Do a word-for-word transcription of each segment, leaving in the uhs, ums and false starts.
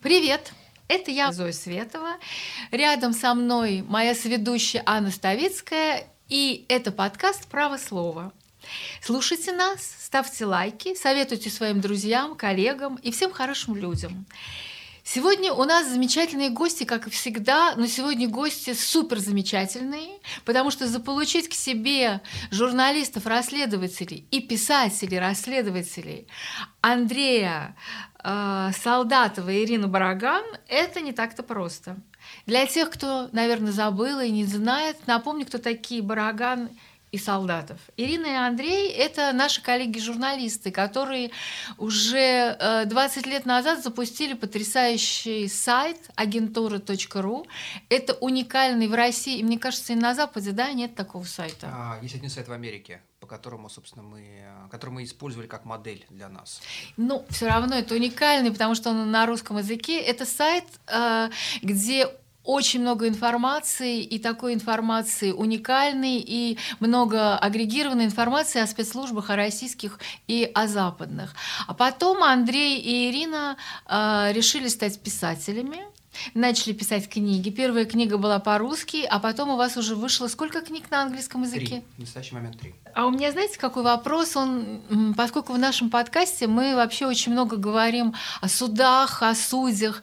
Привет! Это я, Зоя Светова. Рядом со мной моя соведущая Анна Ставицкая. И это подкаст «Право слова». Слушайте нас, ставьте лайки, советуйте своим друзьям, коллегам и всем хорошим людям. Сегодня у нас замечательные гости, как и всегда, но сегодня гости супер замечательные, потому что заполучить к себе журналистов-расследователей и писателей-расследователей Андрея э, Солдатова и Ирину Бараган – это не так-то просто. Для тех, кто, наверное, забыл и не знает, напомню, кто такие Бараган и Солдатов. Ирина и Андрей – это наши коллеги-журналисты, которые уже двадцать лет назад запустили потрясающий сайт агентура точка ру. Это уникальный в России, и мне кажется, и на Западе, да, нет такого сайта. А, есть один сайт в Америке, по которому, собственно, мы, который мы использовали как модель для нас. Ну, все равно это уникальный, потому что он на русском языке. Это сайт, где очень много информации, и такой информации уникальной, и много агрегированной информации о спецслужбах, о российских и о западных. А потом Андрей и Ирина э, решили стать писателями, начали писать книги. Первая книга была по-русски, а потом у вас уже вышло сколько книг на английском языке? Три. В настоящий момент три. А у меня, знаете, какой вопрос? Он, поскольку в нашем подкасте мы вообще очень много говорим о судах, о судьях,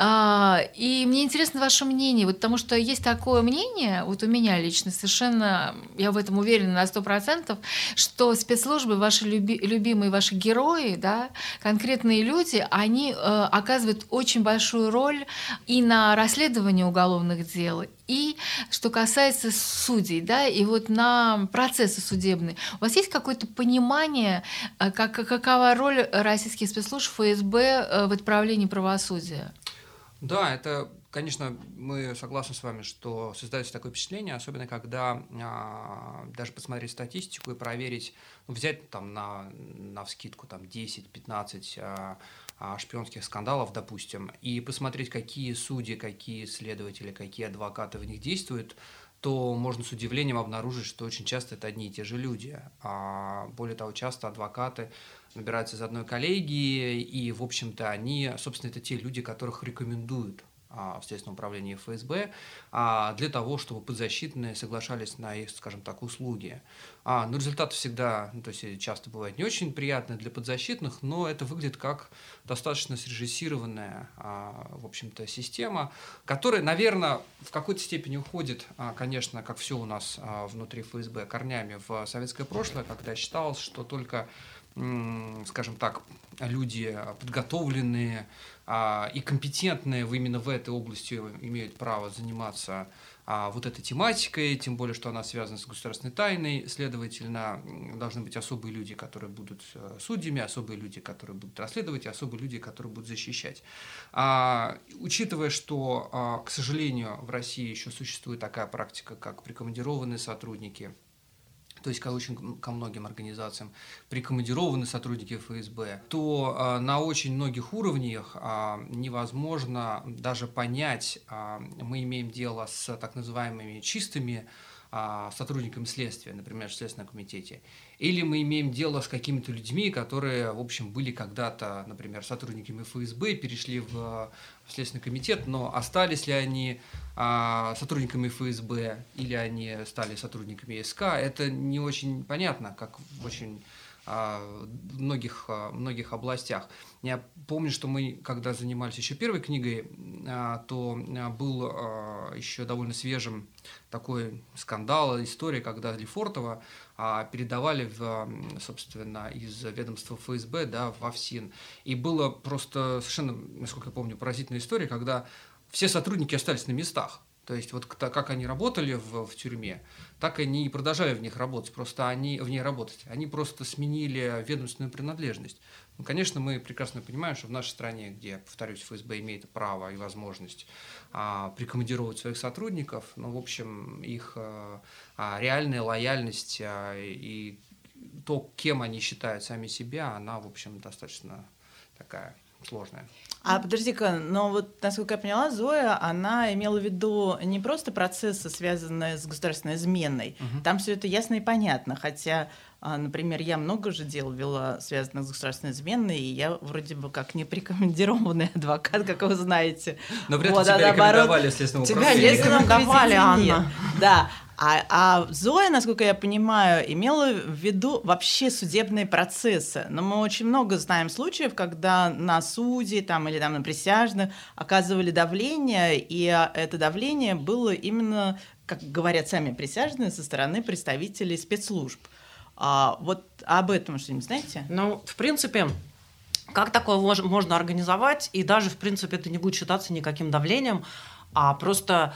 и мне интересно ваше мнение, вот, потому что есть такое мнение, вот у меня лично совершенно, я в этом уверена на сто процентов, что спецслужбы, ваши люби, любимые ваши герои, да, конкретные люди, они э, оказывают очень большую роль и на расследовании уголовных дел, и что касается судей, да, и вот на процессы судебные. У вас есть какое-то понимание, как, какова роль российских спецслужб эф эс бэ в отправлении правосудия? Да, это, конечно, мы согласны с вами, что создается такое впечатление, особенно когда а, даже посмотреть статистику и проверить, ну, взять там на, навскидку там десять-пятнадцать а, а, шпионских скандалов, допустим, и посмотреть, какие судьи, какие следователи, какие адвокаты в них действуют, то можно с удивлением обнаружить, что очень часто это одни и те же люди. А более того, часто адвокаты набираются из одной коллегии, и, в общем-то, они, собственно, это те люди, которых рекомендуют в Следственном управлении эф эс бэ для того, чтобы подзащитные соглашались на их, скажем так, услуги. Но результат всегда, ну, то есть часто бывает не очень приятный для подзащитных, но это выглядит как достаточно срежиссированная, в общем-то, система, которая, наверное, в какой-то степени уходит, конечно, как все у нас внутри эф эс бэ, корнями в советское прошлое, когда считалось, что только, скажем так, люди подготовленные и компетентные именно в этой области имеют право заниматься вот этой тематикой, тем более, что она связана с государственной тайной, следовательно, должны быть особые люди, которые будут судьями, особые люди, которые будут расследовать, и особые люди, которые будут защищать. А, учитывая, что, к сожалению, в России еще существует такая практика, как прикомандированные сотрудники, то есть очень ко многим организациям прикомандированы сотрудники эф эс бэ, то а, на очень многих уровнях а, невозможно даже понять, а, мы имеем дело с так называемыми чистыми а, сотрудниками следствия, например, в Следственном комитете, или мы имеем дело с какими-то людьми, которые, в общем, были когда-то, например, сотрудниками эф эс бэ, перешли в, в Следственный комитет, но остались ли они а, сотрудниками эф эс бэ или они стали сотрудниками е эс ка, это не очень понятно, как в очень в многих, многих областях. Я помню, что мы, когда занимались еще первой книгой, то был еще довольно свежим такой скандал, история, когда Лефортова передавали, в, собственно, из ведомства эф эс бэ, да, в АФСИН. И было просто совершенно, насколько я помню, поразительная история, когда все сотрудники остались на местах. То есть вот как они работали в, в тюрьме, так они и продолжали в них работать, просто они в ней работать. Они просто сменили ведомственную принадлежность. Ну, конечно, мы прекрасно понимаем, что в нашей стране, где, повторюсь, эф эс бэ имеет право и возможность а, прикомандировать своих сотрудников, ну, в общем, их а, реальная лояльность а, и то, кем они считают сами себя, она, в общем, достаточно такая сложное. А подожди-ка, но вот, насколько я поняла, Зоя, она имела в виду не просто процессы, связанные с государственной изменой. Угу. Там все это ясно и понятно. Хотя, например, я много же дел вела, связанных с государственной изменой, и я вроде бы как неприкомандированный адвокат, как вы знаете. Но вряд ли вот, тебя а рекомендовали в следственном управлении. Тебя рекомендовали, Анна. Да. А, а Зоя, насколько я понимаю, имела в виду вообще судебные процессы. Но мы очень много знаем случаев, когда на суде там, или там, на присяжных оказывали давление, и это давление было именно, как говорят сами присяжные, со стороны представителей спецслужб. А, вот об этом что-нибудь знаете? Ну, в принципе, как такое можно организовать, и даже, в принципе, это не будет считаться никаким давлением, а просто...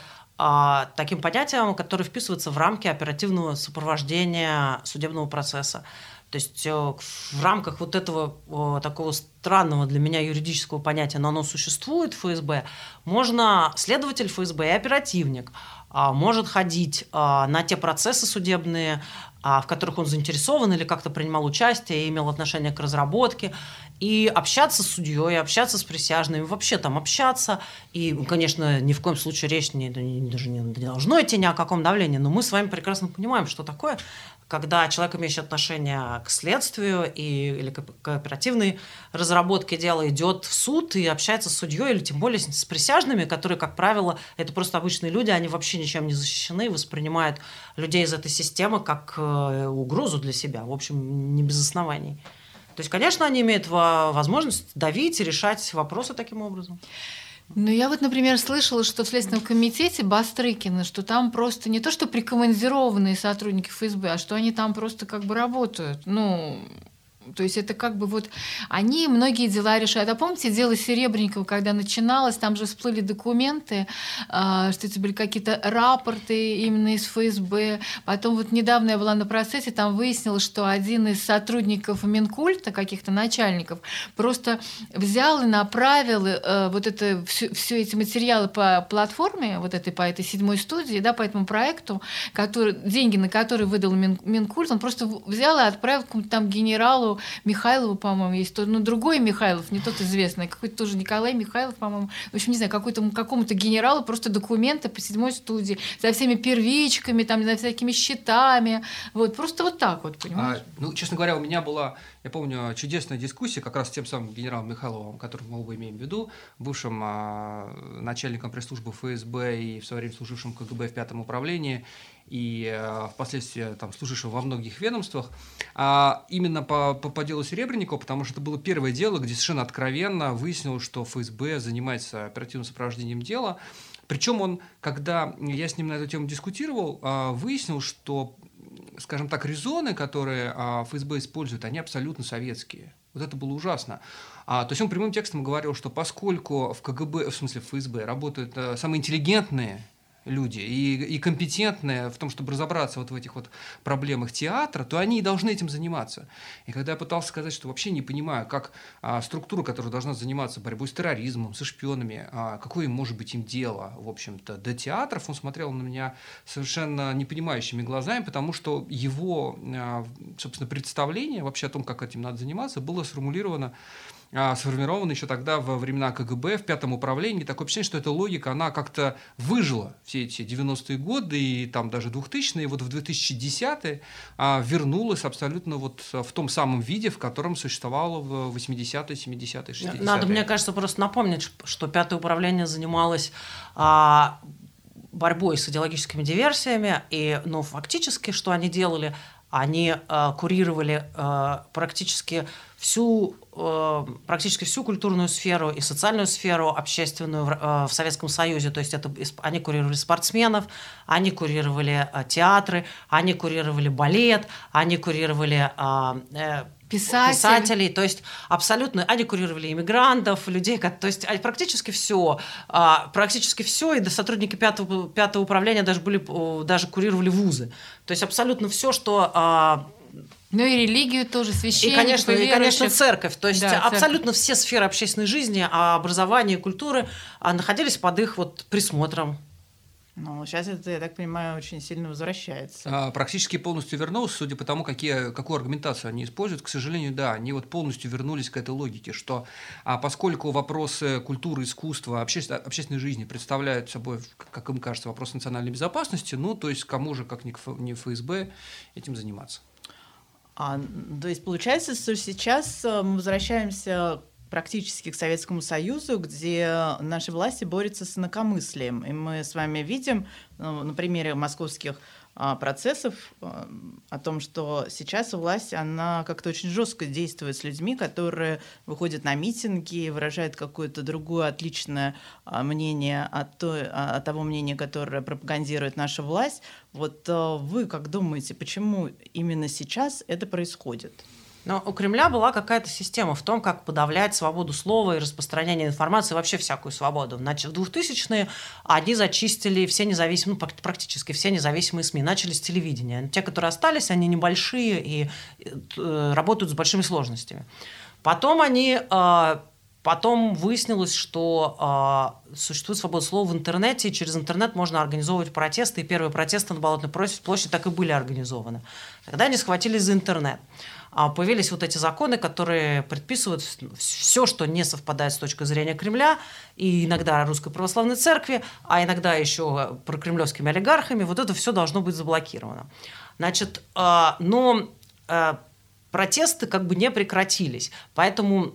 таким понятием, которое вписывается в рамки оперативного сопровождения судебного процесса. То есть в рамках вот этого такого странного для меня юридического понятия, но оно существует в ФСБ, можно следователь ФСБ и оперативник может ходить на те процессы судебные, в которых он заинтересован или как-то принимал участие и имел отношение к разработке, и общаться с судьей, общаться с присяжными, вообще там общаться. И, конечно, ни в коем случае речь не, даже не должно идти ни о каком давлении, но мы с вами прекрасно понимаем, что такое, когда человек, имеющий отношение к следствию и, или к, к оперативной разработке дела, идет в суд и общается с судьей, или тем более с, с присяжными, которые, как правило, это просто обычные люди, они вообще ничем не защищены, воспринимают людей из этой системы как э, угрозу для себя, в общем, не без оснований. То есть, конечно, они имеют возможность давить и решать вопросы таким образом. Ну, я вот, например, слышала, что в Следственном комитете Бастрыкина, что там просто не то, что прикомандированные сотрудники ФСБ, а что они там просто как бы работают. Ну, то есть это как бы вот они многие дела решают. А помните дело Серебренникова, когда начиналось, там же всплыли документы, что это были какие-то рапорты именно из ФСБ. Потом вот недавно я была на процессе, там выяснилось, что один из сотрудников Минкульта, каких-то начальников, просто взял и направил вот это, все, все эти материалы по платформе, вот этой, по этой седьмой студии, да, по этому проекту, который, деньги на который выдал Мин, Минкульт, он просто взял и отправил какому-то там генералу Михайлову, по-моему, есть, ну, другой Михайлов, не тот известный, какой-то тоже Николай Михайлов, по-моему, в общем, не знаю, какой-то, какому-то генералу просто документы по седьмой студии со всеми первичками, там, со всякими счетами, вот, просто вот так вот, понимаешь? А, ну, честно говоря, у меня была, я помню, чудесная дискуссия как раз с тем самым генералом Михайловым, которого мы оба имеем в виду, бывшим а, начальником пресс-службы ФСБ и в свое время служившим КГБ в пятом управлении, и э, впоследствии там, служившего во многих ведомствах, а именно по, по, по делу Серебренникова, потому что это было первое дело, где совершенно откровенно выяснилось, что ФСБ занимается оперативным сопровождением дела. Причем он, когда я с ним на эту тему дискутировал, э, выяснил, что, скажем так, резоны, которые э, ФСБ использует, они абсолютно советские. Вот это было ужасно. А, то есть он прямым текстом говорил, что поскольку в КГБ, в смысле в ФСБ, работают э, самые интеллигентные люди и, и компетентные в том, чтобы разобраться вот в этих вот проблемах театра, то они и должны этим заниматься. И когда я пытался сказать, что вообще не понимаю, как а, структура, которая должна заниматься борьбой с терроризмом, со шпионами, а, какое может быть им дело, в общем-то, до театров, он смотрел на меня совершенно непонимающими глазами, потому что его, а, собственно, представление вообще о том, как этим надо заниматься, было сформулировано сформировано еще тогда во времена КГБ в пятом управлении. Такое впечатление, что эта логика, она как-то выжила все эти девяностые годы и там даже двухтысячные, и вот в две тысячи десятые а, вернулась абсолютно вот в том самом виде, в котором существовала в восьмидесятые, семидесятые, шестидесятые. Надо, мне кажется, просто напомнить, что пятое управление занималось а, борьбой с идеологическими диверсиями, и, ну, фактически, что они делали, они а, курировали а, практически всю практически всю культурную сферу и социальную сферу общественную в, в Советском Союзе. То есть это, они курировали спортсменов, они курировали театры, они курировали балет, они курировали э, Писатель. писателей. То есть абсолютно они курировали иммигрантов, людей. То есть практически все. Практически все. И сотрудники пятого, пятого управления даже, были, даже курировали вузы. То есть абсолютно все, что... Ну и религию тоже, священников, и, конечно, и, конечно, церковь. То есть да, абсолютно церковь. Все сферы общественной жизни, образования и культуры находились под их вот присмотром. Ну, сейчас это, я так понимаю, очень сильно возвращается. А, практически полностью вернулся, судя по тому, какие, какую аргументацию они используют. К сожалению, да, они вот полностью вернулись к этой логике, что а поскольку вопросы культуры, искусства, обще, общественной жизни представляют собой, как им кажется, вопрос национальной безопасности, ну, то есть кому же, как не эф эс бэ, этим заниматься. А, то есть получается, что сейчас мы возвращаемся практически к Советскому Союзу, где наши власти борются с инакомыслием. И мы с вами видим ну, на примере московских а, процессов а, о том, что сейчас власть, она как-то очень жестко действует с людьми, которые выходят на митинги, выражают какое-то другое отличное а, мнение от, той, а, от того мнения, которое пропагандирует наша власть. Вот а, вы как думаете, почему именно сейчас это происходит? Но у Кремля была какая-то система в том, как подавлять свободу слова и распространение информации, вообще всякую свободу. Значит, в двухтысячные они зачистили все независимые, ну, практически все независимые СМИ, начали с телевидения. Те, которые остались, они небольшие и э, работают с большими сложностями. Потом они... Э, Потом выяснилось, что э, существует свобода слова в интернете, и через интернет можно организовывать протесты, и первые протесты на Болотной площади так и были организованы. Тогда они схватились за интернет. А появились вот эти законы, которые предписывают все, что не совпадает с точки зрения Кремля, и иногда Русской Православной Церкви, а иногда еще прокремлевскими олигархами, вот это все должно быть заблокировано. Значит, э, но э, протесты как бы не прекратились, поэтому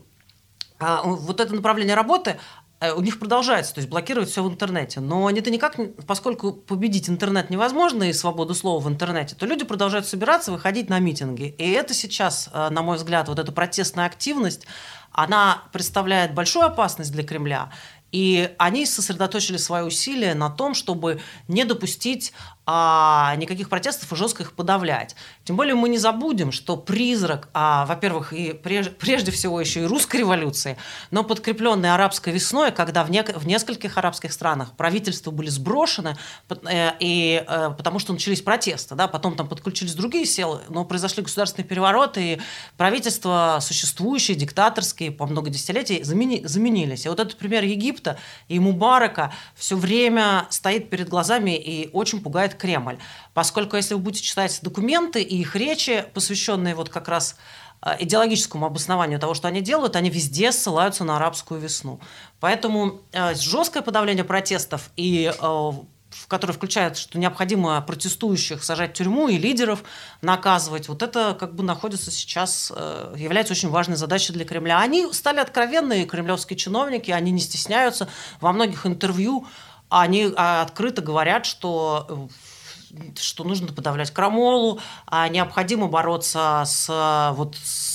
вот это направление работы у них продолжается, то есть блокировать все в интернете. Но они-то никак, поскольку победить интернет невозможно и свободу слова в интернете, то люди продолжают собираться, выходить на митинги. И это сейчас, на мой взгляд, вот эта протестная активность, она представляет большую опасность для Кремля. И они сосредоточили свои усилия на том, чтобы не допустить а, никаких протестов и жестко их подавлять. Тем более мы не забудем, что призрак, а, во-первых, и преж, прежде всего еще и русской революции, но подкрепленной арабской весной, когда в, не, в нескольких арабских странах правительства были сброшены, э, и, э, потому что начались протесты. Да, потом там подключились другие силы, но произошли государственные перевороты, и правительства существующие, диктаторские, по много десятилетий замени, заменились. И вот этот пример Египта и Мубарака все время стоит перед глазами и очень пугает Кремль. Поскольку, если вы будете читать документы и их речи, посвященные вот как раз идеологическому обоснованию того, что они делают, они везде ссылаются на арабскую весну. Поэтому э, жесткое подавление протестов, и, э, в которое включает, что необходимо протестующих сажать в тюрьму и лидеров наказывать, вот это как бы находится сейчас, э, является очень важной задачей для Кремля. Они стали откровенные кремлевские чиновники, они не стесняются. Во многих интервью они открыто говорят, что, что нужно подавлять крамолу, а необходимо бороться с, вот,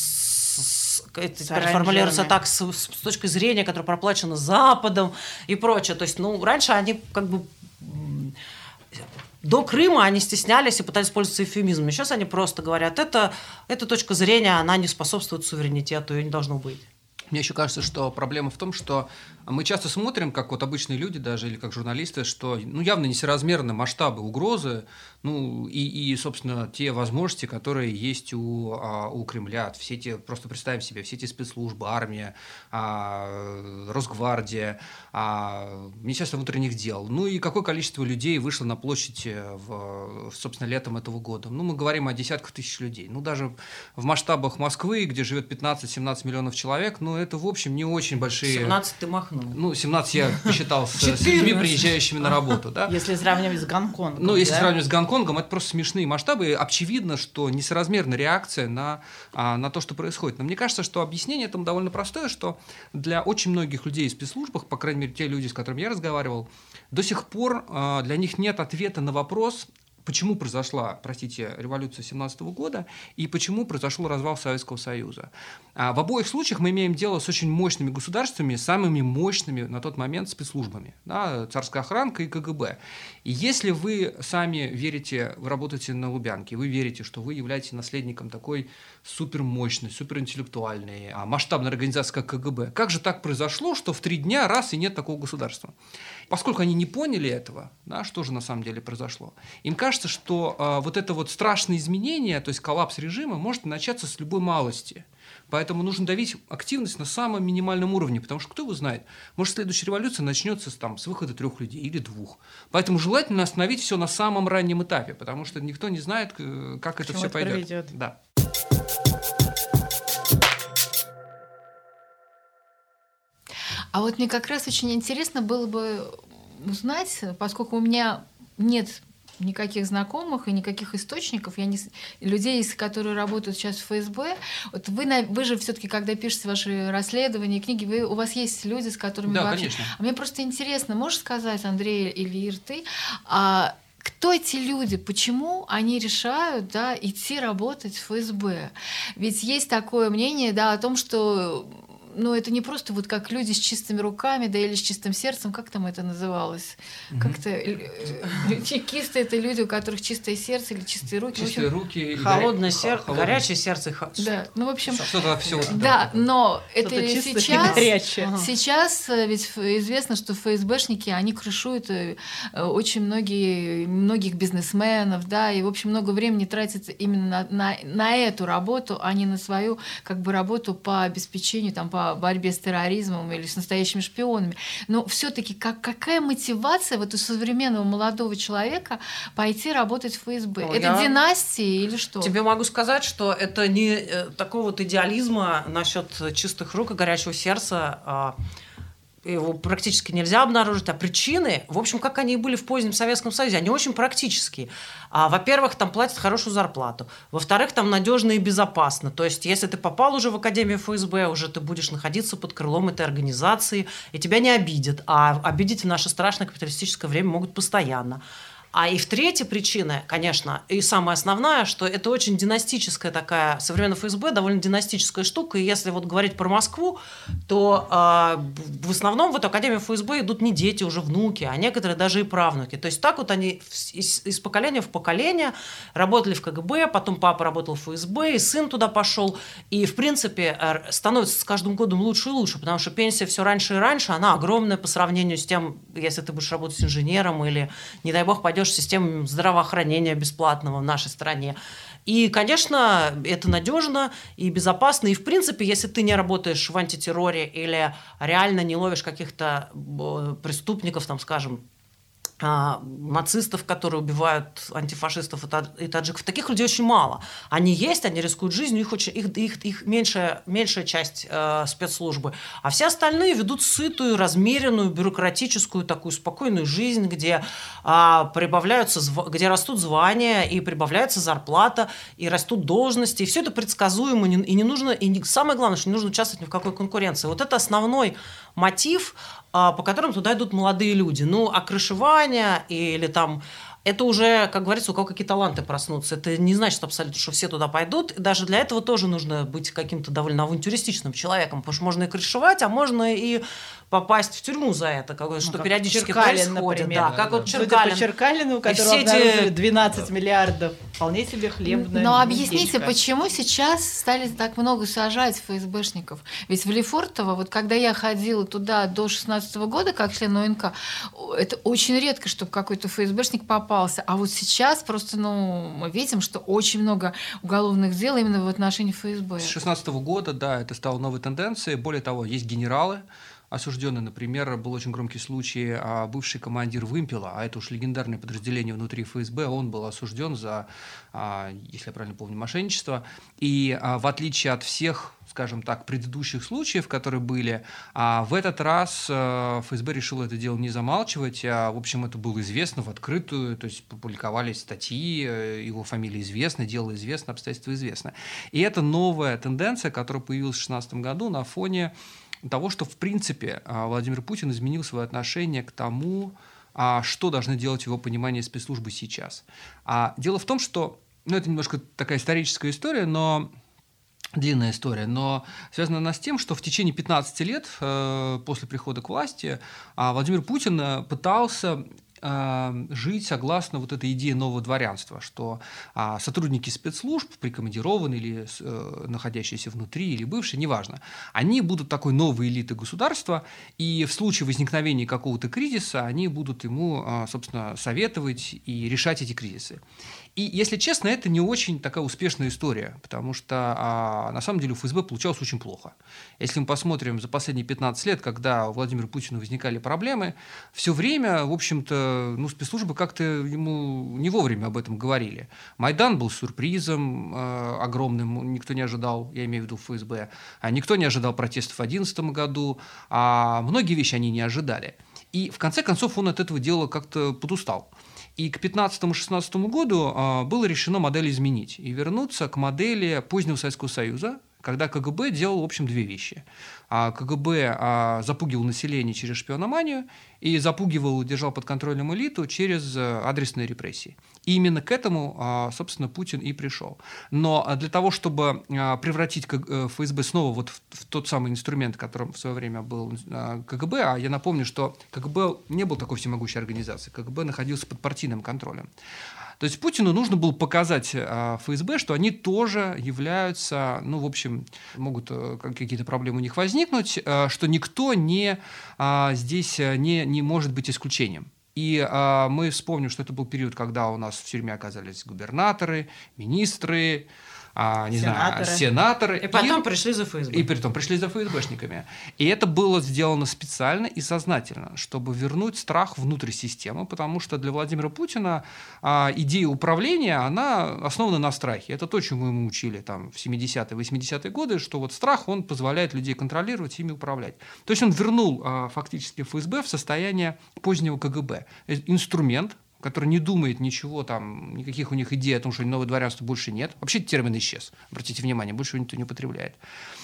с, это формулируется так, с, с точки зрения, которая проплачена Западом и прочее. То есть, ну, раньше они как бы до Крыма они стеснялись и пытались пользоваться эвфемизмом. Сейчас они просто говорят, это, эта точка зрения, она не способствует суверенитету, ее не должно быть. Мне еще кажется, что проблема в том, что мы часто смотрим, как вот обычные люди даже, или как журналисты, что ну, явно несоразмерны масштабы угрозы, ну и, и, собственно, те возможности, которые есть у, у Кремля. Все те, просто представим себе, все эти спецслужбы, армия, Росгвардия, Министерство внутренних дел, ну и какое количество людей вышло на площадь, в, собственно, летом этого года. Ну, мы говорим о десятках тысяч людей. Ну, даже в масштабах Москвы, где живет пятнадцать-семнадцать миллионов человек, ну, это, в общем, не очень большие... семнадцать ты махнул. Ну, семнадцать я посчитал с, с людьми, приезжающими на работу. Да? Если сравнивать с Гонконгом. Ну, если да? сравнивать с Гонконгом, это просто смешные масштабы. И очевидно, что несоразмерна реакция на, а, на то, что происходит. Но мне кажется, что объяснение этому довольно простое, что для очень многих людей в спецслужбах, по крайней мере, те люди, с которыми я разговаривал, до сих пор а, для них нет ответа на вопрос, почему произошла, простите, революция семнадцатого года и почему произошел развал Советского Союза. А в обоих случаях мы имеем дело с очень мощными государствами, самыми мощными на тот момент спецслужбами, да, царская охранка и ка гэ бэ. И если вы сами верите, вы работаете на Лубянке, вы верите, что вы являетесь наследником такой супермощной, суперинтеллектуальной, масштабной организации, как ка гэ бэ, как же так произошло, что в три дня раз и нет такого государства? Поскольку они не поняли этого, да, что же на самом деле произошло, им кажется, что э, вот это вот страшное изменение, то есть коллапс режима, может начаться с любой малости. Поэтому нужно давить активность на самом минимальном уровне, потому что кто его знает, может, следующая революция начнется с, там, с выхода трех людей или двух. Поэтому желательно остановить все на самом раннем этапе, потому что никто не знает, как это все пойдет. Приведет. Да. А вот мне как раз очень интересно было бы узнать, поскольку у меня нет никаких знакомых и никаких источников, я не, людей, которые работают сейчас в ФСБ. Вот вы, вы же все-таки, когда пишете ваши расследования, книги, вы, у вас есть люди, с которыми да, вы вообще... конечно. А мне просто интересно, можешь сказать, Андрей или Ир, ты, а кто эти люди, почему они решают, да, идти работать в ФСБ? Ведь есть такое мнение, да, о том, что ну, это не просто вот как люди с чистыми руками, да, или с чистым сердцем, как там это называлось? Mm-hmm. Как-то чекисты — это люди, у которых чистое сердце или чистые руки. Чистые общем, руки. Холодное сердце, холодное. Горячее сердце. Да, ну, в общем... Что-то все. Да, но что-то это сейчас... Сейчас ведь известно, что ФСБшники, они крышуют очень многие, многих бизнесменов, да, и, в общем, много времени тратится именно на, на, на эту работу, а не на свою, как бы, работу по обеспечению, там, по борьбе с терроризмом или с настоящими шпионами. Но все-таки как, какая мотивация вот у современного молодого человека пойти работать в ФСБ? Ну, это династия или что? Тебе могу сказать, что это не такого вот идеализма насчет чистых рук и горячего сердца. Его практически нельзя обнаружить, а причины, в общем, как они и были в позднем Советском Союзе, они очень практические. А, во-первых, там платят хорошую зарплату. Во-вторых, там надежно и безопасно. То есть, если ты попал уже в Академию ФСБ, уже ты будешь находиться под крылом этой организации, и тебя не обидят. А обидеть в наше страшное капиталистическое время могут постоянно. А и в третьей причина, конечно, и самая основная, что это очень династическая такая, современная ФСБ довольно династическая штука, и если вот говорить про Москву, то э, в основном в эту Академию ФСБ идут не дети, уже внуки, а некоторые даже и правнуки. То есть так вот они из, из поколения в поколение работали в КГБ, потом папа работал в ФСБ, и сын туда пошел, и в принципе становится с каждым годом лучше и лучше, потому что пенсия все раньше и раньше, она огромная по сравнению с тем, если ты будешь работать инженером или, не дай бог, пойдешь систему здравоохранения бесплатного в нашей стране. И, конечно, это надежно и безопасно. И, в принципе, если ты не работаешь в антитерроре или реально не ловишь каких-то преступников, там, скажем, нацистов, которые убивают антифашистов и таджиков. Таких людей очень мало. Они есть, они рискуют жизнью, их, очень, их, их, их меньшая, меньшая часть э, спецслужбы. А все остальные ведут сытую, размеренную, бюрократическую, такую спокойную жизнь, где, э, прибавляются, где растут звания, и прибавляется зарплата, и растут должности. И все это предсказуемо, и не нужно, и не, самое главное, что не нужно участвовать ни в какой конкуренции. Вот это основной мотив, по которым туда идут молодые люди. Ну, а крышевание или там... Это уже, как говорится, у кого какие таланты проснутся. Это не значит абсолютно, что все туда пойдут. И даже для этого тоже нужно быть каким-то довольно авантюристичным человеком, потому что можно и крышевать, а можно и попасть в тюрьму за это, как, ну, что как периодически Черкалин, происходит. Например. Да, Да, как да. вот Черкалин. Судя по Черкалину, у которого обнаружили двенадцать миллиардов. Вполне себе хлебная. Но объясните, почему сейчас стали так много сажать ФСБшников? Ведь в Лефортово, вот когда я ходила туда до шестнадцатого года, как член ОНК, это очень редко, чтобы какой-то ФСБшник попался. А вот сейчас просто, ну, мы видим, что очень много уголовных дел именно в отношении ФСБ. С шестнадцатого года, да, это стало новой тенденцией. Более того, есть генералы осужденный. Например, был очень громкий случай, бывший командир «Вымпела», а это уж легендарное подразделение внутри ФСБ, он был осужден за, если я правильно помню, мошенничество. И в отличие от всех, скажем так, предыдущих случаев, которые были, в этот раз ФСБ решило это дело не замалчивать. В общем, это было известно в открытую, то есть публиковались статьи, его фамилия известна, дело известно, обстоятельства известны. И это новая тенденция, которая появилась в две тысячи шестнадцатом году на фоне того, что, в принципе, Владимир Путин изменил свое отношение к тому, что должны делать в его понимании спецслужбы сейчас. Дело в том, что, ну, это немножко такая историческая история, но длинная история, но связана она с тем, что в течение пятнадцати лет после прихода к власти Владимир Путин пытался жить согласно вот этой идее нового дворянства, что а, сотрудники спецслужб, прикомандированные или э, находящиеся внутри, или бывшие, неважно, они будут такой новой элитой государства, и в случае возникновения какого-то кризиса они будут ему, а, собственно, советовать и решать эти кризисы. И, если честно, это не очень такая успешная история, потому что а, на самом деле у эф эс бэ получалось очень плохо. Если мы посмотрим за последние пятнадцать лет, когда у Владимира Путина возникали проблемы, все время, в общем-то, ну, спецслужбы как-то ему не вовремя об этом говорили. Майдан был сюрпризом э, огромным, никто не ожидал, я имею в виду эф эс бэ, а никто не ожидал протестов в две тысячи одиннадцатом году, а многие вещи они не ожидали. И в конце концов он от этого дела как-то подустал. И к пятнадцатому-шестнадцатому году а, было решено модель изменить и вернуться к модели позднего Советского Союза, когда ка гэ бэ делал, в общем, две вещи. А, ка гэ бэ а, запугивал население через шпиономанию и запугивал, держал под контролем элиту через а, адресные репрессии. И именно к этому, а, собственно, Путин и пришел. Но для того, чтобы а, превратить эф эс бэ снова вот в, в тот самый инструмент, которым в свое время был а, ка гэ бэ, а я напомню, что ка гэ бэ не был такой всемогущей организацией, ка гэ бэ находился под партийным контролем. То есть Путину нужно было показать эф эс бэ, что они тоже являются, ну, в общем, могут какие-то проблемы у них возникнуть, что никто не, здесь не, не может быть исключением. И а, мы вспомним, что это был период, когда у нас в тюрьме оказались губернаторы, министры, а, не сенаторы. знаю, сенаторы. И потом и, пришли за эф эс бэ. И потом пришли за эф эс бэшниками. И это было сделано специально и сознательно, чтобы вернуть страх внутрь системы, потому что для Владимира Путина а, идея управления, она основана на страхе. Это то, чему ему учили там, в семидесятые, восьмидесятые годы, что вот страх, он позволяет людей контролировать, ими управлять. То есть он вернул а, фактически эф эс бэ в состояние позднего ка гэ бэ. Инструмент, который не думает ничего, там, никаких у них идей о том, что новое дворянство больше нет. Вообще термин исчез. Обратите внимание, больше его никто не употребляет.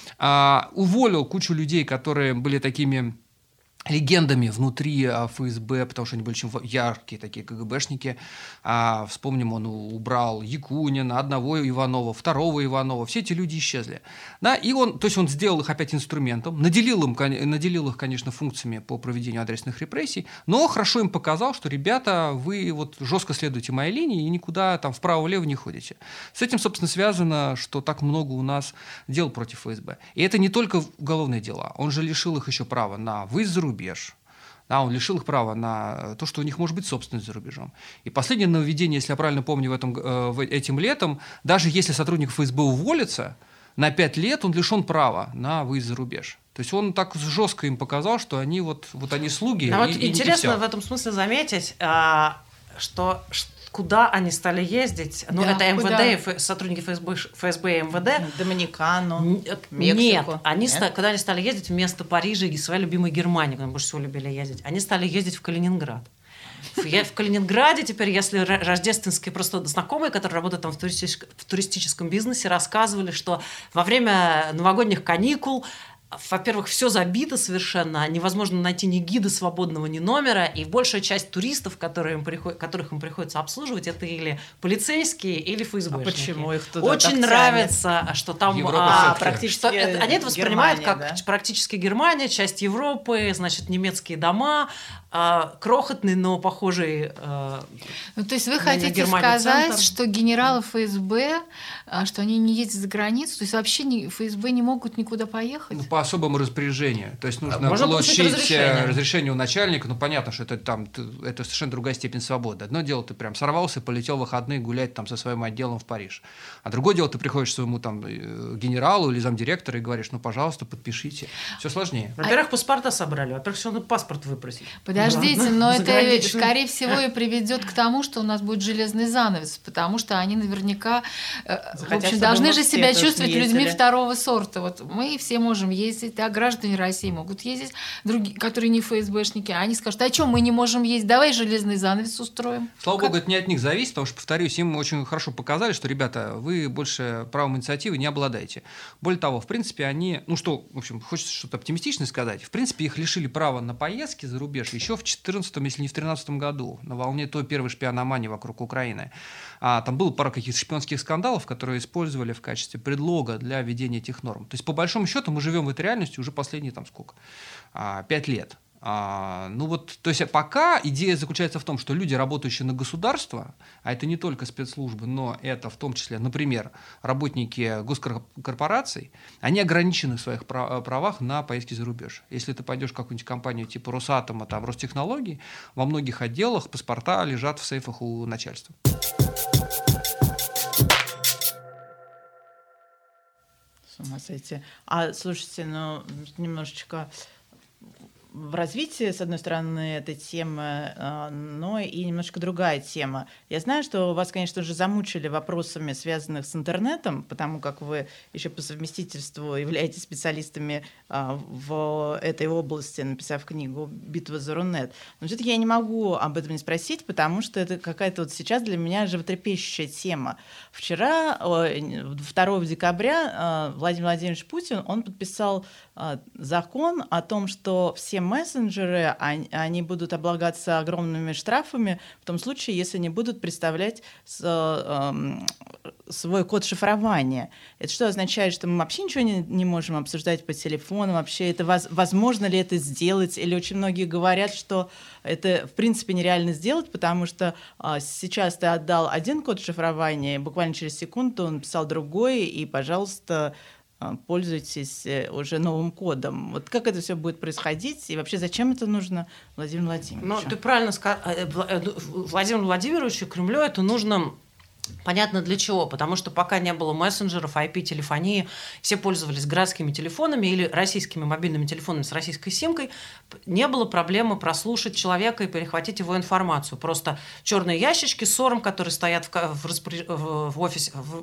А, уволил кучу людей, которые были такими легендами внутри эф эс бэ, потому что они были очень яркие такие ка гэ бэшники. А, вспомним, он убрал Якунина, одного Иванова, второго Иванова. Все эти люди исчезли. Да? И он, то есть он сделал их опять инструментом, наделил, им, наделил их, конечно, функциями по проведению адресных репрессий, но хорошо им показал, что, ребята, вы вот жестко следуете моей линии и никуда там вправо-влево не ходите. С этим, собственно, связано, что так много у нас дел против эф эс бэ. И это не только уголовные дела. Он же лишил их еще права на выезд за рубеж. Да, он лишил их права на то, что у них может быть собственность за рубежом. И последнее нововведение, если я правильно помню, в этом, э, этим летом, даже если сотрудник эф эс бэ уволится, на пять лет он лишен права на выезд за рубеж. То есть он так жестко им показал, что они вот, вот они слуги. Но и, вот и интересно в этом смысле заметить, а, что куда они стали ездить. Ну, да, это эм вэ дэ, куда? Сотрудники эф эс бэ, эф эс бэ и эм вэ дэ. Доминикану, Мексику. Нет, они Нет? Ста- когда они стали ездить вместо Парижа и своей любимой Германии, куда они больше всего любили ездить, они стали ездить в Калининград. Я в Калининграде теперь, если рождественские просто знакомые, которые работают там в, туристическом, в туристическом бизнесе, рассказывали, что во время новогодних каникул, во-первых, все забито совершенно, невозможно найти ни гида свободного, ни номера, и большая часть туристов, которые им приход... которых им приходится обслуживать, это или полицейские, или эф эс бэшники. А почему их туда Очень так нравится, тянет? Что там а, практически что, это, они это воспринимают Германия, как да? практически Германия, часть Европы, значит, немецкие дома, а, крохотный, но похожий. А, ну, то есть вы хотите сказать, центр. Что генералы эф эс бэ, что они не ездят за границу, то есть вообще эф эс бэ не могут никуда поехать? Ну, по особому распоряжению. То есть нужно Можно получить разрешение. разрешение у начальника. Ну, понятно, что это, там, это совершенно другая степень свободы. Одно дело, ты прям сорвался, полетел в выходные гулять там, со своим отделом в Париж. А другое дело, ты приходишь к своему там, генералу или замдиректора и говоришь, ну, пожалуйста, подпишите. Все сложнее. Во-первых, паспорта собрали. Во-первых, все надо паспорт выпросить. Подождите, да. но это, скорее всего, и приведет к тому, что у нас будет железный занавес, потому что они наверняка в общем, должны же себя чувствовать людьми второго сорта. Вот мы все можем ездить, а граждане России могут ездить, другие, которые не эф эс бэшники, они скажут, а что мы не можем ездить, давай железный занавес устроим. Слава как? богу, это не от них зависит, потому что, повторюсь, им очень хорошо показали, что, ребята, вы больше правом инициативы не обладаете. Более того, в принципе, они, ну что, в общем, хочется что-то оптимистичное сказать, в принципе, их лишили права на поездки за рубеж еще в две тысячи четырнадцатом, если не в две тысячи тринадцатом году, на волне той первой шпиономании вокруг Украины. А, там было пара каких-то шпионских скандалов, которые использовали в качестве предлога для введения этих норм. То есть, по большому счету, мы живем в этой реальности уже последние, там, сколько? А, пять лет. А, ну вот, то есть, пока идея заключается в том, что люди, работающие на государство, а это не только спецслужбы, но это в том числе, например, работники госкорпораций, они ограничены в своих правах на поездки за рубеж. Если ты пойдешь в какую-нибудь компанию типа Росатома, там, Ростехнологий, во многих отделах паспорта лежат в сейфах у начальства. С ума сойти. А, слушайте, ну, немножечко в развитии, с одной стороны, этой темы, но и немножко другая тема. Я знаю, что вас, конечно же, замучили вопросами, связанных с интернетом, потому как вы еще по совместительству являетесь специалистами в этой области, написав книгу «Битва за Рунет». Но все-таки я не могу об этом не спросить, потому что это какая-то вот сейчас для меня животрепещущая тема. Вчера, второго декабря, Владимир Владимирович Путин, он подписал закон о том, что все мессенджеры, они, они будут облагаться огромными штрафами в том случае, если не будут представлять с, э, свой код шифрования. Это что означает, что мы вообще ничего не, не можем обсуждать по телефону? Вообще это воз, возможно ли это сделать? Или очень многие говорят, что это в принципе нереально сделать, потому что э, сейчас ты отдал один код шифрования, и буквально через секунду он написал другой, и, пожалуйста, пользуйтесь уже новым кодом. Вот как это все будет происходить? И вообще, зачем это нужно Владимиру Владимировичу? Ну, ты правильно сказал. Владимиру Владимировичу, Кремлю это нужно... Понятно для чего, потому что пока не было мессенджеров, ай пи-телефонии, все пользовались городскими телефонами или российскими мобильными телефонами с российской симкой, не было проблемы прослушать человека и перехватить его информацию. Просто черные ящички с сором, которые стоят в, в, распоряж... в офисе, в...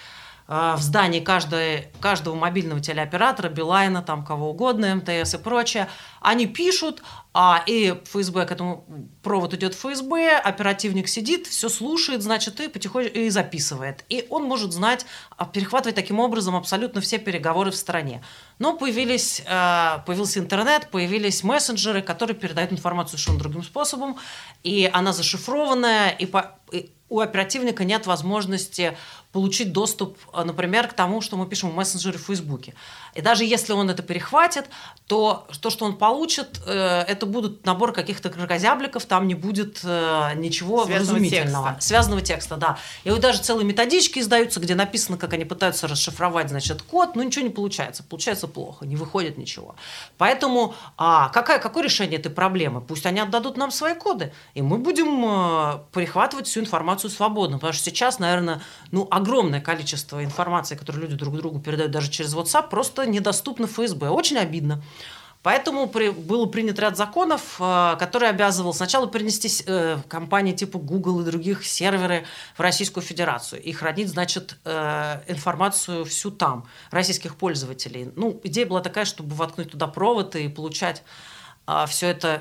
в здании каждой, каждого мобильного телеоператора, Билайна, там кого угодно, эм тэ эс и прочее, они пишут, а, и ФСБ, к этому провод идет в ФСБ, оперативник сидит, все слушает, значит, и потихоньку и записывает. И он может знать, перехватывать таким образом абсолютно все переговоры в стране. Но появились, появился интернет, появились мессенджеры, которые передают информацию совершенно другим способом, и она зашифрованная, и, по, и у оперативника нет возможности получить доступ, например, к тому, что мы пишем в мессенджере в Фейсбуке. И даже если он это перехватит, то то, что он получит, это будут набор каких-то кракозябликов, там не будет ничего связанного вразумительного. Текста. Связанного текста, да. И вот даже целые методички издаются, где написано, как они пытаются расшифровать, значит, код, но ничего не получается. Получается плохо, не выходит ничего. Поэтому а, какая, какое решение этой проблемы? Пусть они отдадут нам свои коды, и мы будем а, перехватывать всю информацию свободно. Потому что сейчас, наверное, ну, огромное количество информации, которую люди друг другу передают даже через WhatsApp, просто недоступно ФСБ. Очень обидно. Поэтому при, был принят ряд законов, э, который обязывал сначала перенести э, компании типа Google и других серверы в Российскую Федерацию и хранить, значит, э, информацию всю там, российских пользователей. Ну, идея была такая, чтобы воткнуть туда провод и получать э, все это,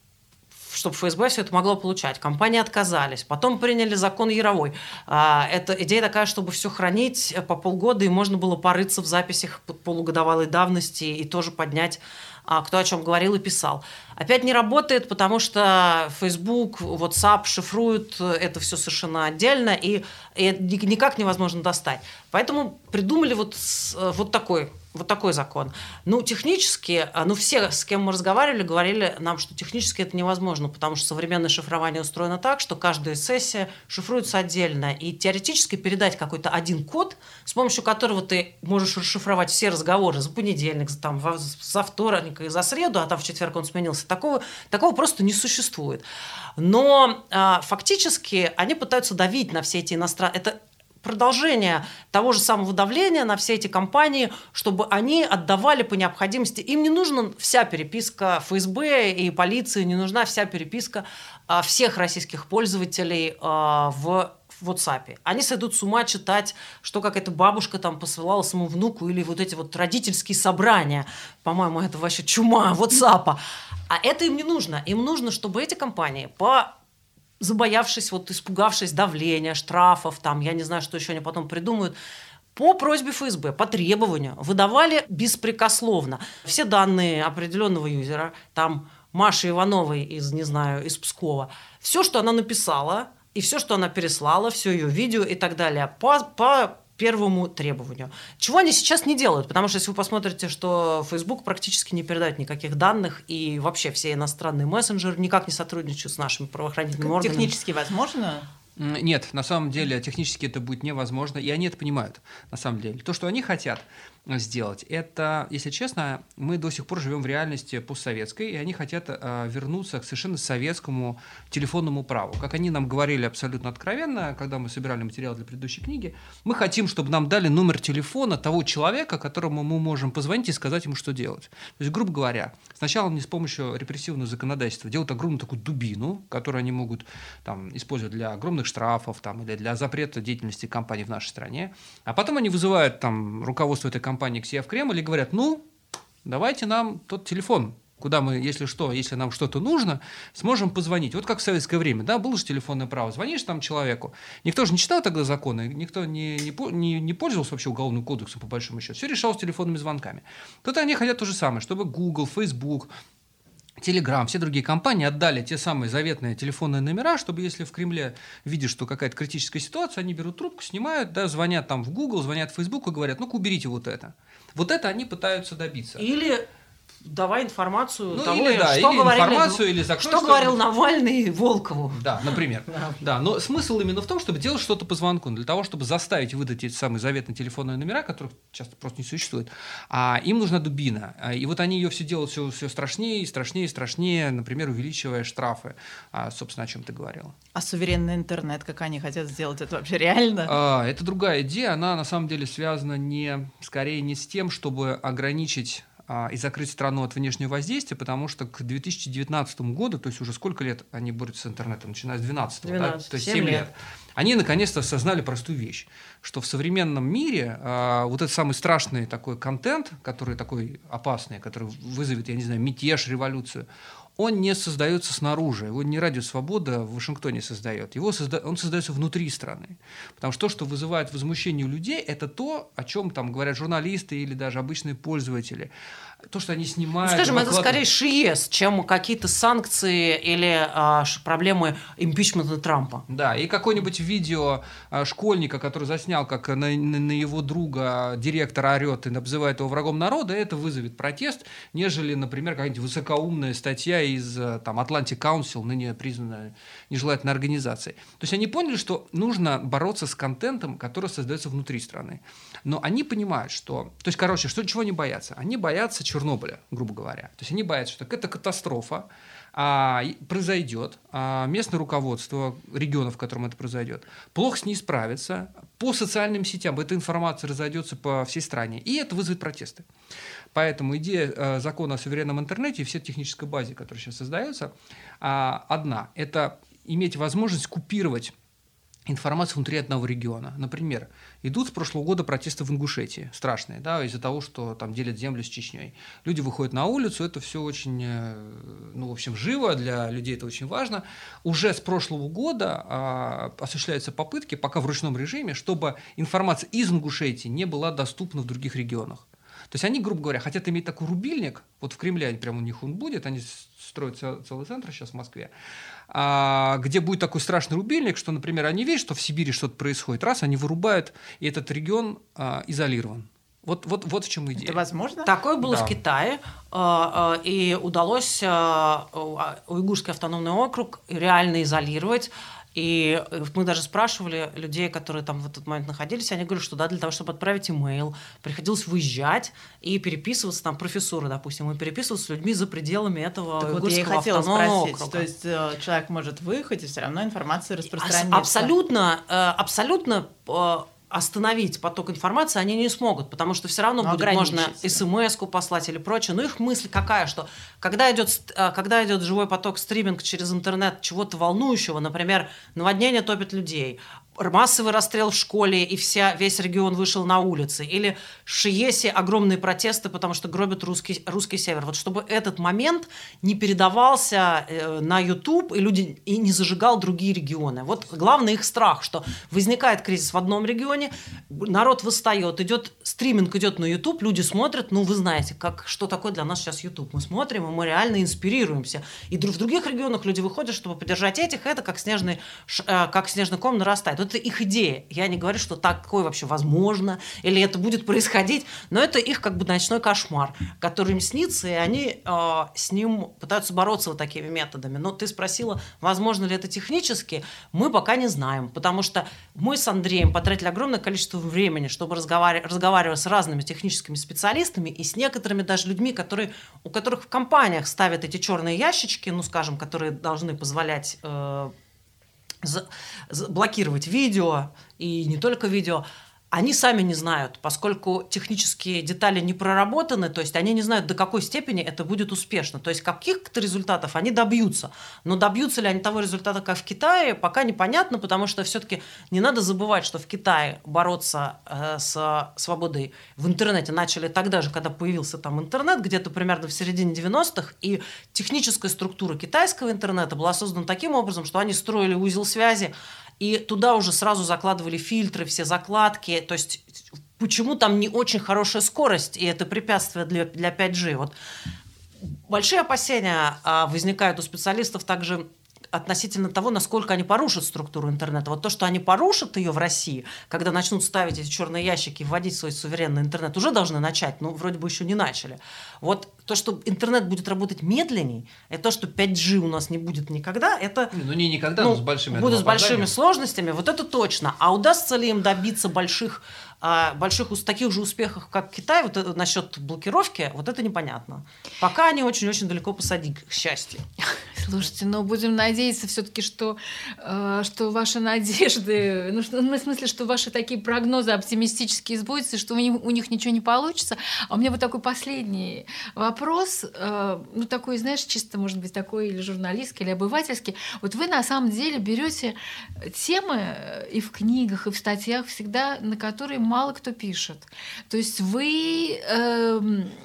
чтобы ФСБ все это могло получать. Компании отказались. Потом приняли закон Яровой. Это идея такая, чтобы все хранить по полгода, и можно было порыться в записях полугодовалой давности и тоже поднять, кто о чем говорил и писал. Опять не работает, потому что Facebook, WhatsApp шифруют это все совершенно отдельно, и, и никак невозможно достать. Поэтому придумали вот, вот такой Вот такой закон. Ну, технически, ну, все, с кем мы разговаривали, говорили нам, что технически это невозможно, потому что современное шифрование устроено так, что каждая сессия шифруется отдельно. И теоретически передать какой-то один код, с помощью которого ты можешь расшифровать все разговоры за понедельник, за, там, за вторник и за среду, а там в четверг он сменился, такого, такого просто не существует. Но а, фактически они пытаются давить на все эти иностранные... Это продолжение того же самого давления на все эти компании, чтобы они отдавали по необходимости. Им не нужна вся переписка ФСБ и полиции, не нужна вся переписка а, всех российских пользователей а, в в WhatsApp. Они сойдут с ума читать, что какая-то бабушка там посылала своему внуку, или вот эти вот родительские собрания. По-моему, это вообще чума WhatsApp. А это им не нужно. Им нужно, чтобы эти компании по забоявшись, вот испугавшись давления, штрафов, там, я не знаю, что еще они потом придумают, по просьбе ФСБ, по требованию, выдавали беспрекословно все данные определенного юзера, там, Маши Ивановой из, не знаю, из Пскова, все, что она написала, и все, что она переслала, все ее видео и так далее, по, по первому требованию. Чего они сейчас не делают? Потому что если вы посмотрите, что Facebook практически не передает никаких данных, и вообще все иностранные мессенджеры никак не сотрудничают с нашими правоохранительными органами. Технически возможно? Нет, на самом деле технически это будет невозможно, и они это понимают, на самом деле. То, что они хотят сделать, это, если честно, мы до сих пор живем в реальности постсоветской, и они хотят э, вернуться к совершенно советскому телефонному праву. Как они нам говорили абсолютно откровенно, когда мы собирали материал для предыдущей книги, мы хотим, чтобы нам дали номер телефона того человека, которому мы можем позвонить и сказать ему, что делать. То есть, грубо говоря, сначала они с помощью репрессивного законодательства делают огромную такую дубину, которую они могут там, использовать для огромных штрафов там, или для запрета деятельности компаний в нашей стране, а потом они вызывают там, руководство этой компании к себе в Кремль и говорят, ну, давайте нам тот телефон, куда мы, если что, если нам что-то нужно, сможем позвонить. Вот как в советское время, да, было же телефонное право. Звонишь там человеку. Никто же не читал тогда законы, никто не, не, не пользовался вообще уголовным кодексом, по большому счету. Все решалось телефонными звонками. Тут они хотят то же самое, чтобы Google, Facebook, Telegram, все другие компании отдали те самые заветные телефонные номера, чтобы если в Кремле видят, что какая-то критическая ситуация, они берут трубку, снимают, да, звонят там в Google, звонят в Facebook и говорят, ну-ка уберите вот это. Вот это они пытаются добиться. Или давай информацию ну, того, или, да, что, или говорили, информацию, или закрой, что говорил Навальный Волкову. Да, например. Да. да, но смысл именно в том, чтобы делать что-то по звонку, для того, чтобы заставить выдать эти самые заветные телефонные номера, которых часто просто не существует. А им нужна дубина. И вот они ее все делают все, все страшнее, и страшнее, и страшнее, например, увеличивая штрафы. А, собственно, о чем ты говорила. А суверенный интернет, как они хотят сделать, это вообще реально? А, это другая идея. Она на самом деле связана не, скорее не с тем, чтобы ограничить и закрыть страну от внешнего воздействия, потому что к две тысячи девятнадцатому году, то есть уже сколько лет они борются с интернетом, начиная с две тысячи двенадцатого, да? То есть семь лет, лет, они наконец-то осознали простую вещь, что в современном мире а, вот этот самый страшный такой контент, который такой опасный, который вызовет, я не знаю, мятеж, революцию, он не создается снаружи, его не Радио Свобода в Вашингтоне создает, его созда... он создается внутри страны. Потому что то, что вызывает возмущение у людей, это то, о чем там говорят журналисты или даже обычные пользователи. То, что они снимают... Ну, скажем, выкладывают... это скорее ШИЭС, чем какие-то санкции или а, проблемы импичмента Трампа. Да, и какое-нибудь видео а, школьника, который заснял, как на, на, на его друга директор орет и обзывает его врагом народа, это вызовет протест, нежели, например, какая-нибудь высокоумная статья из там, Atlantic Council, ныне признанная нежелательной организацией. То есть они поняли, что нужно бороться с контентом, который создается внутри страны. Но они понимают, что... То есть, короче, что, чего они боятся? Они боятся Чернобыля, грубо говоря. То есть они боятся, что это катастрофа а, произойдет, а местное руководство регионов, в котором это произойдет, плохо с ней справится, по социальным сетям эта информация разойдется по всей стране, и это вызовет протесты. Поэтому идея а, закона о суверенном интернете и всей технической базе, которая сейчас создается, а, одна – это иметь возможность купировать информацию внутри одного региона. Например, идут с прошлого года протесты в Ингушетии, страшные, да, из-за того, что там делят землю с Чечней. Люди выходят на улицу, это все очень, ну, в общем, живо, для людей это очень важно. Уже с прошлого года а, осуществляются попытки, пока в ручном режиме, чтобы информация из Ингушетии не была доступна в других регионах. То есть они, грубо говоря, хотят иметь такой рубильник, вот в Кремле прямо у них он будет, они строят целый центр сейчас в Москве, где будет такой страшный рубильник, что, например, они видят, что в Сибири что-то происходит, раз, они вырубают, и этот регион изолирован. Вот, вот, вот в чем идея. Это возможно? Такое было да. в Китае, и удалось Уйгурский автономный округ реально изолировать. И мы даже спрашивали людей, которые там в этот момент находились, они говорят, что да, для того, чтобы отправить имейл, приходилось выезжать и переписываться, там, профессоры, допустим, и переписываться с людьми за пределами этого так Уйгурского вот я и хотела автономного спросить, округа. то есть человек может выехать, и все равно информация распространится. Абсолютно, абсолютно остановить поток информации они не смогут, потому что все равно Но будет можно смс-ку послать или прочее. Но их мысль какая, что когда идет, когда идет живой поток, стриминг через интернет чего-то волнующего, например, наводнение топит людей, массовый расстрел в школе, и вся, весь регион вышел на улицы, или в Шиесе огромные протесты, потому что гробят русский, русский север. Вот чтобы этот момент не передавался э, на YouTube, и люди и не зажигал другие регионы. Вот главный их страх, что возникает кризис в одном регионе, народ восстает, идет, стриминг идет на YouTube, люди смотрят, ну вы знаете, как, что такое для нас сейчас YouTube. Мы смотрим, и мы реально инспирируемся. И в других регионах люди выходят, чтобы поддержать этих, это как снежный, э, как снежный ком нарастает. Вот это их идея. Я не говорю, что такое вообще возможно, или это будет происходить, но это их как бы ночной кошмар, который им снится, и они э, с ним пытаются бороться вот такими методами. Но ты спросила, возможно ли это технически, мы пока не знаем, потому что мы с Андреем потратили огромное количество времени, чтобы разговаривать, разговаривать с разными техническими специалистами и с некоторыми даже людьми, которые, у которых в компаниях ставят эти черные ящички, ну, скажем, которые должны позволять э, за, за, блокировать видео, и не только видео. Они сами не знают, поскольку технические детали не проработаны, то есть они не знают, до какой степени это будет успешно. То есть каких-то результатов они добьются. Но добьются ли они того результата, как в Китае, пока непонятно, потому что все-таки не надо забывать, что в Китае бороться э, с свободой в интернете начали тогда же, когда появился там интернет, где-то примерно в середине девяностых, и техническая структура китайского интернета была создана таким образом, что они строили узел связи, и туда уже сразу закладывали фильтры, все закладки. То есть почему там не очень хорошая скорость, и это препятствие для, для пять джи. Вот. Большие опасения а, возникают у специалистов также относительно того, насколько они порушат структуру интернета. Вот то, что они порушат ее в России, когда начнут ставить эти черные ящики и вводить свой суверенный интернет, уже должны начать, но вроде бы еще не начали. Вот то, что интернет будет работать медленней, и то, что пять джи у нас не будет никогда, это... Ну, не никогда, ну, но с большими... Будут с большими сложностями, вот это точно. А удастся ли им добиться больших, больших таких же успехов, как Китай, вот это, насчет блокировки, вот это непонятно. Пока они очень-очень далеко посади, к счастью. Слушайте, но будем надеяться все-таки, что, э, что ваши надежды, ну, что, ну, в смысле, что ваши такие прогнозы оптимистические сбудутся, что у них, у них ничего не получится. А у меня вот такой последний вопрос, э, ну такой, знаешь, чисто, может быть, такой или журналистский, или обывательский. Вот вы на самом деле берете темы и в книгах, и в статьях всегда, на которые мало кто пишет. То есть вы, э,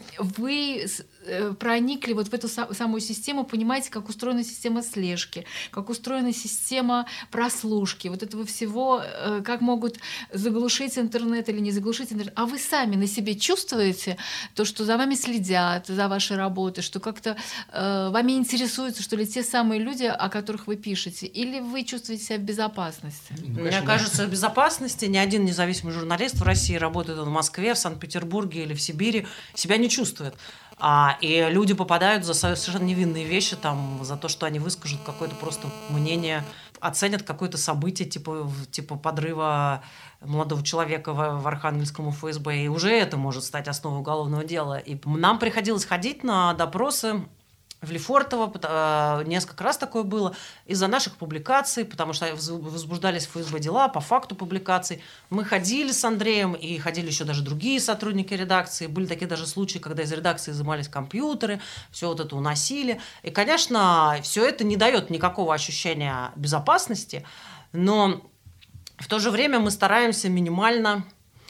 вы проникли вот в эту самую систему, понимаете, как устроена система слежки, как устроена система прослушки, вот этого всего, как могут заглушить интернет или не заглушить интернет. А вы сами на себе чувствуете то, что за вами следят, за вашей работой, что как-то э, вами интересуются, что ли, те самые люди, о которых вы пишете, или вы чувствуете себя в безопасности? Ну, Мне кажется, в безопасности ни один независимый журналист в России, работает он в Москве, в Санкт-Петербурге или в Сибири, себя не чувствует. А, и люди попадают за совершенно невинные вещи, там, за то, что они выскажут какое-то просто мнение, оценят какое-то событие, типа, типа подрыва молодого человека в, в Архангельском эф эс бэ, и уже это может стать основой уголовного дела. И нам приходилось ходить на допросы в Лефортово, несколько раз такое было, из-за наших публикаций, потому что возбуждались эф эс бэ дела по факту публикаций. Мы ходили с Андреем, и ходили еще даже другие сотрудники редакции. Были такие даже случаи, когда из редакции изымались компьютеры, все вот это уносили. И, конечно, все это не дает никакого ощущения безопасности, но в то же время мы стараемся минимально,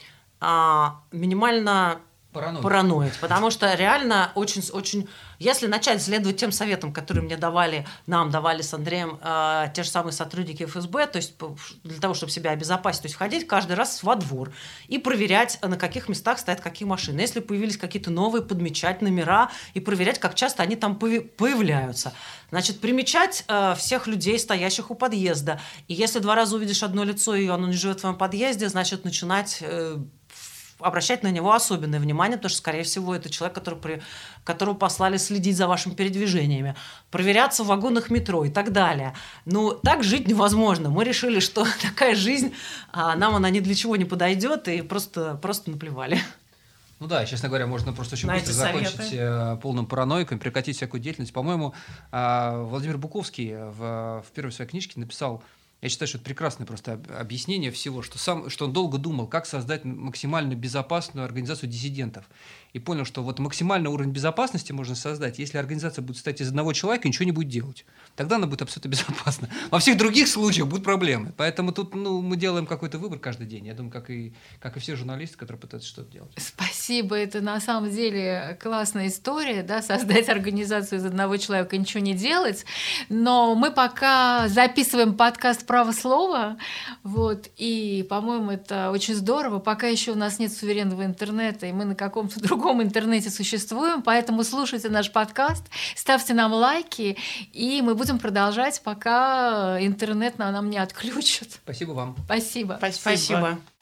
минимально Параноид. параноид, потому что реально очень, очень, если начать следовать тем советам, которые мне давали, нам давали с Андреем э, те же самые сотрудники эф эс бэ, то есть для того, чтобы себя обезопасить, то есть ходить каждый раз во двор и проверять, на каких местах стоят какие машины. Если появились какие-то новые, подмечать номера и проверять, как часто они там появляются. Значит, примечать э, всех людей, стоящих у подъезда. И если два раза увидишь одно лицо, и оно не живет в твоем подъезде, значит, начинать... Э, обращать на него особенное внимание, потому что, скорее всего, это человек, который при, которого послали следить за вашими передвижениями, проверяться в вагонах метро и так далее. Ну, так жить невозможно. Мы решили, что такая жизнь, а нам она ни для чего не подойдет, и просто, просто наплевали. Ну да, честно говоря, можно просто очень Знаете, быстро закончить советы? полным параноиком, прекратить всякую деятельность. По-моему, Владимир Буковский в, в первой своей книжке написал, я считаю, что это прекрасное просто объяснение всего, что, сам, что он долго думал, как создать максимально безопасную организацию диссидентов. И понял, что вот максимальный уровень безопасности можно создать, если организация будет состоять из одного человека и ничего не будет делать. Тогда она будет абсолютно безопасна. Во всех других случаях будут проблемы. Поэтому тут ну, мы делаем какой-то выбор каждый день. Я думаю, как и, как и все журналисты, которые пытаются что-то делать. Спасибо. Это на самом деле классная история, да, создать организацию из одного человека и ничего не делать. Но мы пока записываем подкаст «Право слова», вот, и, по-моему, это очень здорово. Пока еще у нас нет суверенного интернета, и мы на каком-то другом другом интернете существуем, поэтому слушайте наш подкаст, ставьте нам лайки, и мы будем продолжать, пока интернет нам не отключат. Спасибо вам. Спасибо. Спасибо. Спасибо.